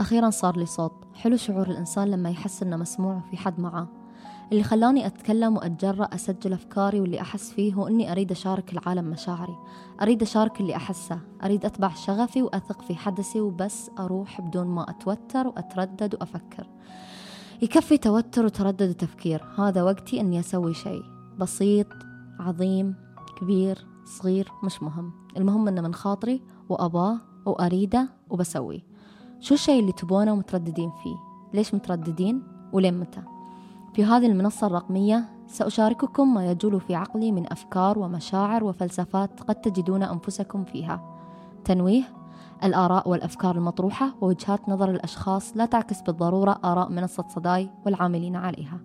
أخيرا صار لي صوت. حلو شعور الإنسان لما يحس إنه مسموع وفي حد معاه. اللي خلاني أتكلم وأتجرأ أسجل أفكاري واللي أحس فيه هو إني أريد أشارك العالم مشاعري، أريد أشارك اللي أحسه، أريد أتبع شغفي وأثق في حدثي وبس أروح بدون ما أتوتر وأتردد وأفكر. يكفي توتر وتردد وتفكير. هذا وقتي إني أسوي شيء بسيط، عظيم، كبير، صغير، مش مهم. المهم إنه من خاطري وأباه وأريده وبسويه. شو الشيء اللي تبونه ومترددين فيه؟ ليش مترددين؟ ولين متى؟ في هذه المنصة الرقمية سأشارككم ما يجول في عقلي من أفكار ومشاعر وفلسفات قد تجدون أنفسكم فيها. تنويه: الآراء والأفكار المطروحة ووجهات نظر الأشخاص لا تعكس بالضرورة آراء منصة صداي والعاملين عليها.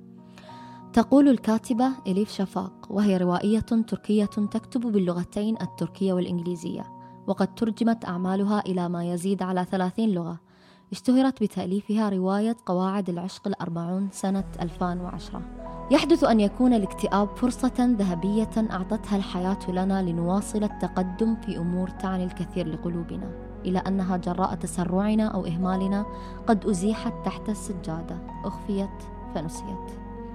تقول الكاتبة إليف شفاق، وهي روائية تركية تكتب باللغتين التركية والإنجليزية، وقد ترجمت أعمالها إلى ما يزيد على 30 لغة. اشتهرت بتأليفها رواية قواعد العشق 40 سنة 2010. يحدث أن يكون الاكتئاب فرصة ذهبية أعطتها الحياة لنا لنواصل التقدم في أمور تعني الكثير لقلوبنا، إلى أنها جراء تسرعنا أو إهمالنا قد أزيحت تحت السجادة، أخفيت فنسيت.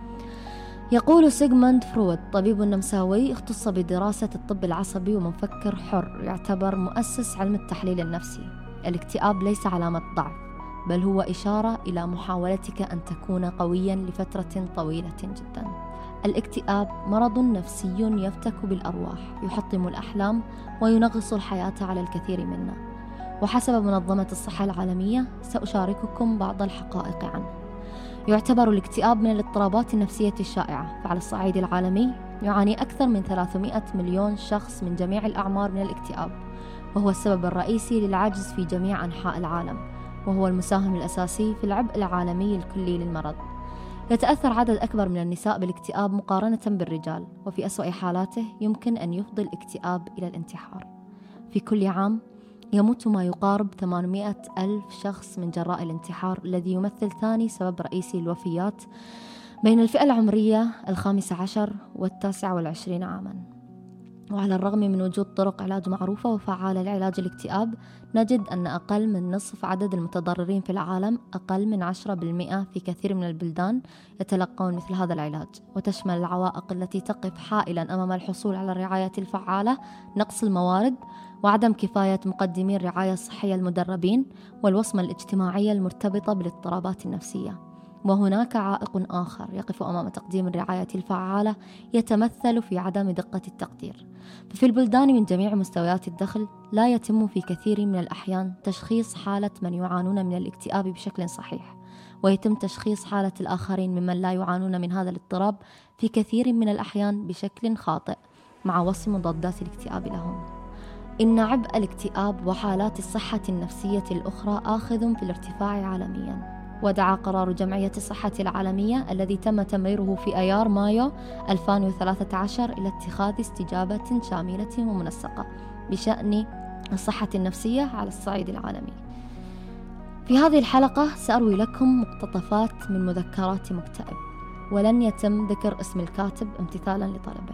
يقول سيغموند فرويد، طبيب نمساوي اختص بدراسة الطب العصبي ومفكر حر، يعتبر مؤسس علم التحليل النفسي: الاكتئاب ليس علامة ضعف، بل هو إشارة إلى محاولتك أن تكون قويا لفترة طويلة جدا. الاكتئاب مرض نفسي يفتك بالأرواح، يحطم الأحلام وينغص الحياة على الكثير منا. وحسب منظمة الصحة العالمية سأشارككم بعض الحقائق عنه. يعتبر الاكتئاب من الاضطرابات النفسية الشائعة، فعلى الصعيد العالمي يعاني أكثر من 300 مليون شخص من جميع الأعمار من الاكتئاب، وهو السبب الرئيسي للعجز في جميع أنحاء العالم، وهو المساهم الأساسي في العبء العالمي الكلي للمرض. يتأثر عدد أكبر من النساء بالاكتئاب مقارنة بالرجال، وفي أسوأ حالاته يمكن أن يفضي الاكتئاب إلى الانتحار. في كل عام يموت ما يقارب 800 ألف شخص من جراء الانتحار، الذي يمثل ثاني سبب رئيسي للوفيات بين الفئة العمرية 15 و29 عاما. وعلى الرغم من وجود طرق علاج معروفة وفعالة لعلاج الاكتئاب، نجد أن أقل من نصف عدد المتضررين في العالم، أقل من 10% في كثير من البلدان، يتلقون مثل هذا العلاج. وتشمل العوائق التي تقف حائلا أمام الحصول على الرعاية الفعالة نقص الموارد، وعدم كفاية مقدمي الرعاية الصحية المدربين، والوصمة الاجتماعية المرتبطة بالاضطرابات النفسية. وهناك عائق آخر يقف أمام تقديم الرعاية الفعالة، يتمثل في عدم دقة التقدير. ففي البلدان من جميع مستويات الدخل لا يتم في كثير من الأحيان تشخيص حالة من يعانون من الاكتئاب بشكل صحيح، ويتم تشخيص حالة الآخرين ممن لا يعانون من هذا الاضطراب في كثير من الأحيان بشكل خاطئ، مع وصف مضادات الاكتئاب لهم. إن عبء الاكتئاب وحالات الصحة النفسية الأخرى آخذ في الارتفاع عالمياً. ودعا قرار جمعية الصحة العالمية الذي تم تمريره في أيار مايو 2013 إلى اتخاذ استجابة شاملة ومنسقة بشأن الصحة النفسية على الصعيد العالمي. في هذه الحلقة سأروي لكم مقتطفات من مذكرات مكتئب، ولن يتم ذكر اسم الكاتب امتثالا لطلبه.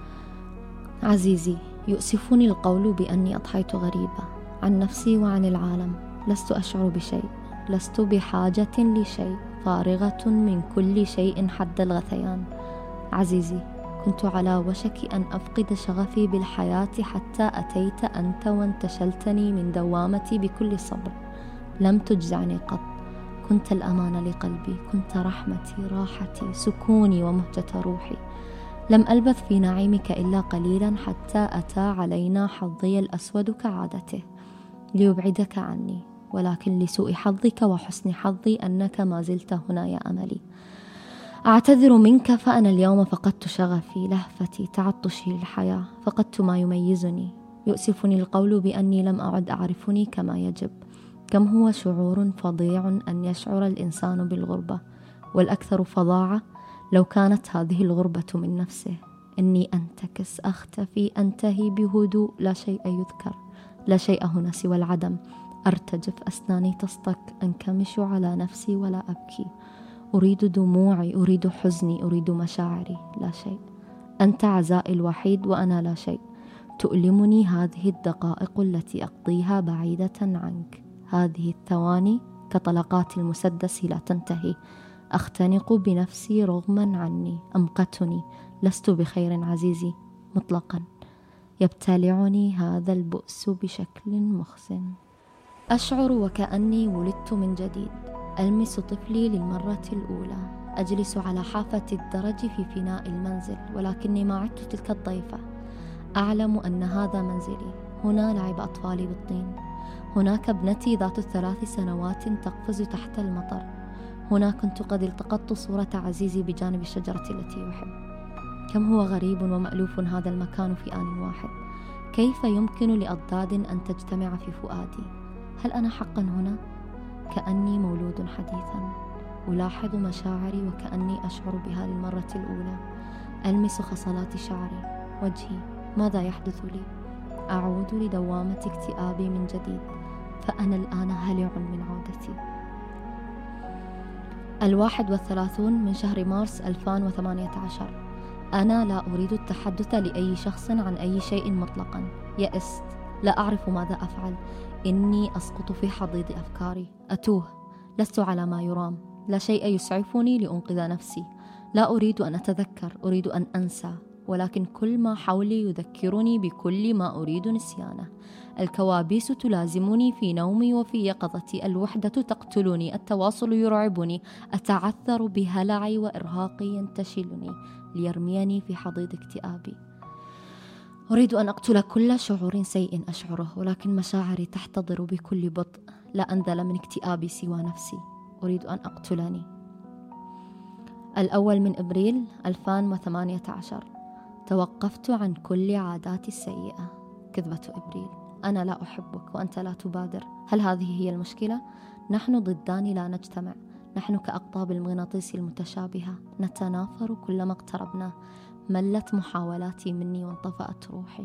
عزيزي، يؤسفني القول بأني أضحيت غريبة عن نفسي وعن العالم. لست أشعر بشيء، لست بحاجة لشيء، فارغة من كل شيء حد الغثيان. عزيزي، كنت على وشك أن أفقد شغفي بالحياة حتى أتيت أنت وانتشلتني من دوامتي بكل صبر. لم تجزعني قط، كنت الأمان لقلبي، كنت رحمتي، راحتي، سكوني ومهجة روحي. لم ألبث في نعيمك إلا قليلا حتى أتى علينا حظي الأسود كعادته ليبعدك عني، ولكن لسوء حظك وحسن حظي أنك ما زلت هنا يا أملي. أعتذر منك، فأنا اليوم فقدت شغفي، لهفتي، تعطشي للحياة، فقدت ما يميزني. يؤسفني القول بأني لم أعد أعرفني كما يجب. كم هو شعور فظيع أن يشعر الإنسان بالغربة، والأكثر فظاعة لو كانت هذه الغربة من نفسه. إني أنتكس، أختفي، أنتهي بهدوء، لا شيء يذكر، لا شيء هنا سوى العدم. أرتجف، أسناني تصطك، أنكمش على نفسي ولا أبكي. أريد دموعي، أريد حزني، أريد مشاعري، لا شيء. أنت عزائي الوحيد وأنا لا شيء. تؤلمني هذه الدقائق التي أقضيها بعيدة عنك، هذه الثواني كطلقات المسدس لا تنتهي. أختنق بنفسي رغما عني، أمقتني، لست بخير عزيزي مطلقا. يبتلعني هذا البؤس بشكل مخزن. أشعر وكأني ولدت من جديد. ألمس طفلي للمرة الأولى. أجلس على حافة الدرج في فناء المنزل، ولكني ما عدت تلك الضيفة. أعلم أن هذا منزلي. هنا لعب أطفالي بالطين. هناك ابنتي ذات 3 سنوات تقفز تحت المطر. هنا كنت قد التقطت صورة عزيزي بجانب الشجرة التي يحب. كم هو غريب ومألوف هذا المكان في آن واحد. كيف يمكن لأضداد أن تجتمع في فؤادي؟ هل أنا حقا هنا؟ كأني مولود حديثا. ألاحظ مشاعري وكأني أشعر بها للمرة الأولى. ألمس خصلات شعري، وجهي، ماذا يحدث لي؟ أعود لدوامة اكتئابي من جديد، فأنا الآن هلع من عودتي. 31 من شهر مارس 2018. أنا لا أريد التحدث لأي شخص عن أي شيء مطلقا. يأست، لا أعرف ماذا أفعل. إني أسقط في حضيض أفكاري، أتوه، لست على ما يرام. لا شيء يسعفني لأنقذ نفسي. لا أريد أن أتذكر، أريد أن أنسى، ولكن كل ما حولي يذكرني بكل ما أريد نسيانه. الكوابيس تلازمني في نومي وفي يقظتي. الوحدة تقتلني. التواصل يرعبني. أتعثر بهلعي وإرهاقي ينتشلني ليرميني في حضيض اكتئابي. أريد أن أقتل كل شعور سيء أشعره، ولكن مشاعري تحتضر بكل بطء. لا أنذل من اكتئابي سوى نفسي. أريد أن أقتلني. 1 من أبريل 2018. توقفت عن كل عاداتي السيئة. كذبة إبريل. أنا لا أحبك وأنت لا تبادر. هل هذه هي المشكلة؟ نحن ضدان لا نجتمع. نحن كأقطاب المغناطيس المتشابهة، نتنافر كلما اقتربنا. ملت محاولاتي مني وانطفأت روحي.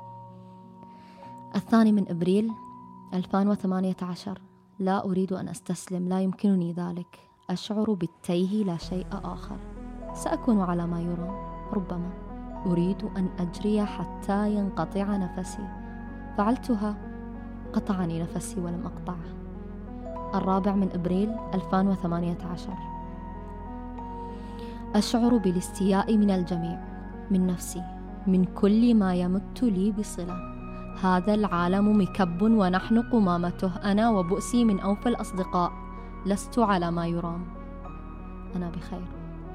2 من أبريل 2018. لا أريد أن أستسلم، لا يمكنني ذلك. أشعر بالتيه لا شيء آخر. سأكون على ما يرام ربما. أريد أن أجري حتى ينقطع نفسي. فعلتها، قطعني نفسي ولم أقطعه. 4 من أبريل 2018. أشعر بالاستياء من الجميع، من نفسي، من كل ما يمت لي بصلة. هذا العالم مكب ونحن قمامته. أنا وبؤسي من أوفى الأصدقاء. لست على ما يرام. أنا بخير.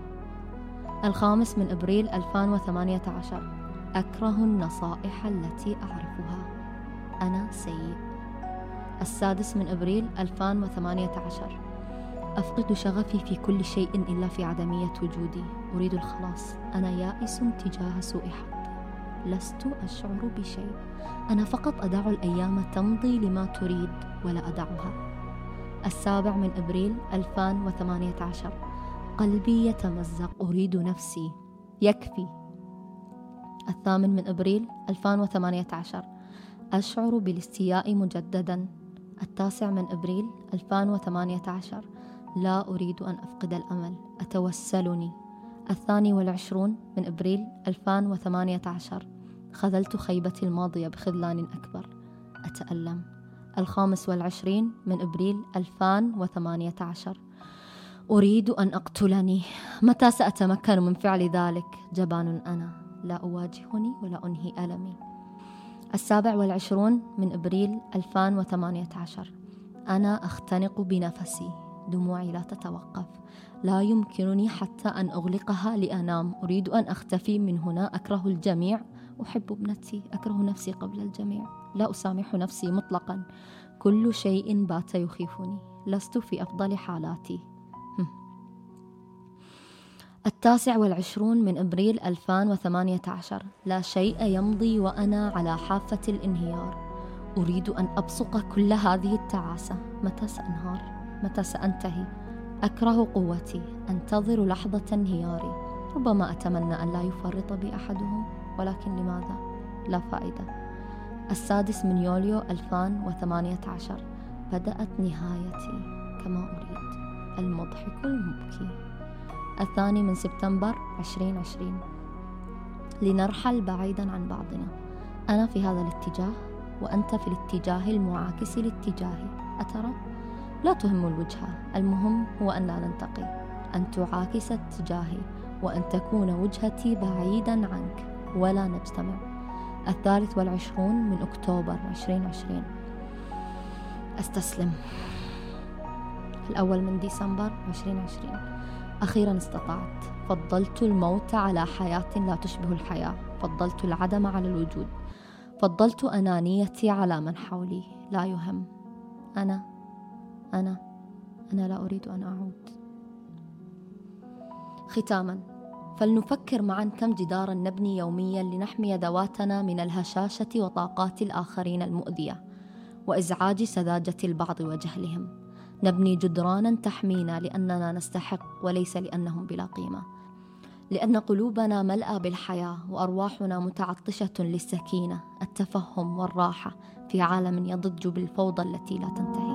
5 من أبريل 2018. أكره النصائح التي أعرفها. أنا سيء. 6 من أبريل 2018. أفقد شغفي في كل شيء إلا في عدمية وجودي. أريد الخلاص. أنا يائس تجاه سوء حظي. لست أشعر بشيء. أنا فقط أدع الأيام تمضي لما تريد ولا أدعها. 7 من أبريل 2018. قلبي يتمزق. أريد نفسي. يكفي. 8 من أبريل 2018. أشعر بالاستياء مجددا. 9 من أبريل 2018. لا أريد أن أفقد الأمل. أتوسلني. 22 من أبريل 2018. خذلت خيبتي الماضية بخذلان أكبر. أتألم. 25 من أبريل 2018. أريد أن أقتلني. متى سأتمكن من فعل ذلك؟ جبان أنا، لا أواجهني ولا أنهي ألمي. 27 من أبريل 2018. أنا أختنق بنفسي. دموعي لا تتوقف. لا يمكنني حتى أن أغلقها لأنام. أريد أن أختفي من هنا. أكره الجميع. أحب ابنتي. أكره نفسي قبل الجميع. لا أسامح نفسي مطلقا. كل شيء بات يخيفني. لست في أفضل حالاتي. 29 من أبريل 2018. لا شيء يمضي وأنا على حافة الانهيار. أريد أن أبصق كل هذه التعاسة. متى سأنهار؟ متى سأنتهي؟ أكره قوتي. أنتظر لحظة انهياري. ربما أتمنى أن لا يفرط بي أحدهم، ولكن لماذا؟ لا فائدة. 6 من يوليو 2018. بدأت نهايتي كما أريد. المضحك المبكي. 2 من سبتمبر 2020. لنرحل بعيدا عن بعضنا. أنا في هذا الاتجاه وأنت في الاتجاه المعاكس لاتجاهي. أترى؟ لا تهم الوجهة، المهم هو أن لا نلتقي، أن تعاكس اتجاهي، وأن تكون وجهتي بعيدا عنك ولا نجتمع. 23 من أكتوبر 2020. أستسلم. 1 من ديسمبر 2020. أخيرا استطعت. فضلت الموت على حياة لا تشبه الحياة، فضلت العدم على الوجود، فضلت أنانيتي على من حولي. لا يهم. أنا لا أريد أن أعود. ختاما، فلنفكر معا كم جدارا نبني يوميا لنحمي ذواتنا من الهشاشة وطاقات الآخرين المؤذية وإزعاج سذاجة البعض وجهلهم. نبني جدرانا تحمينا لأننا نستحق وليس لأنهم بلا قيمة، لأن قلوبنا ملأى بالحياة وأرواحنا متعطشة للسكينة، التفهم والراحة في عالم يضج بالفوضى التي لا تنتهي.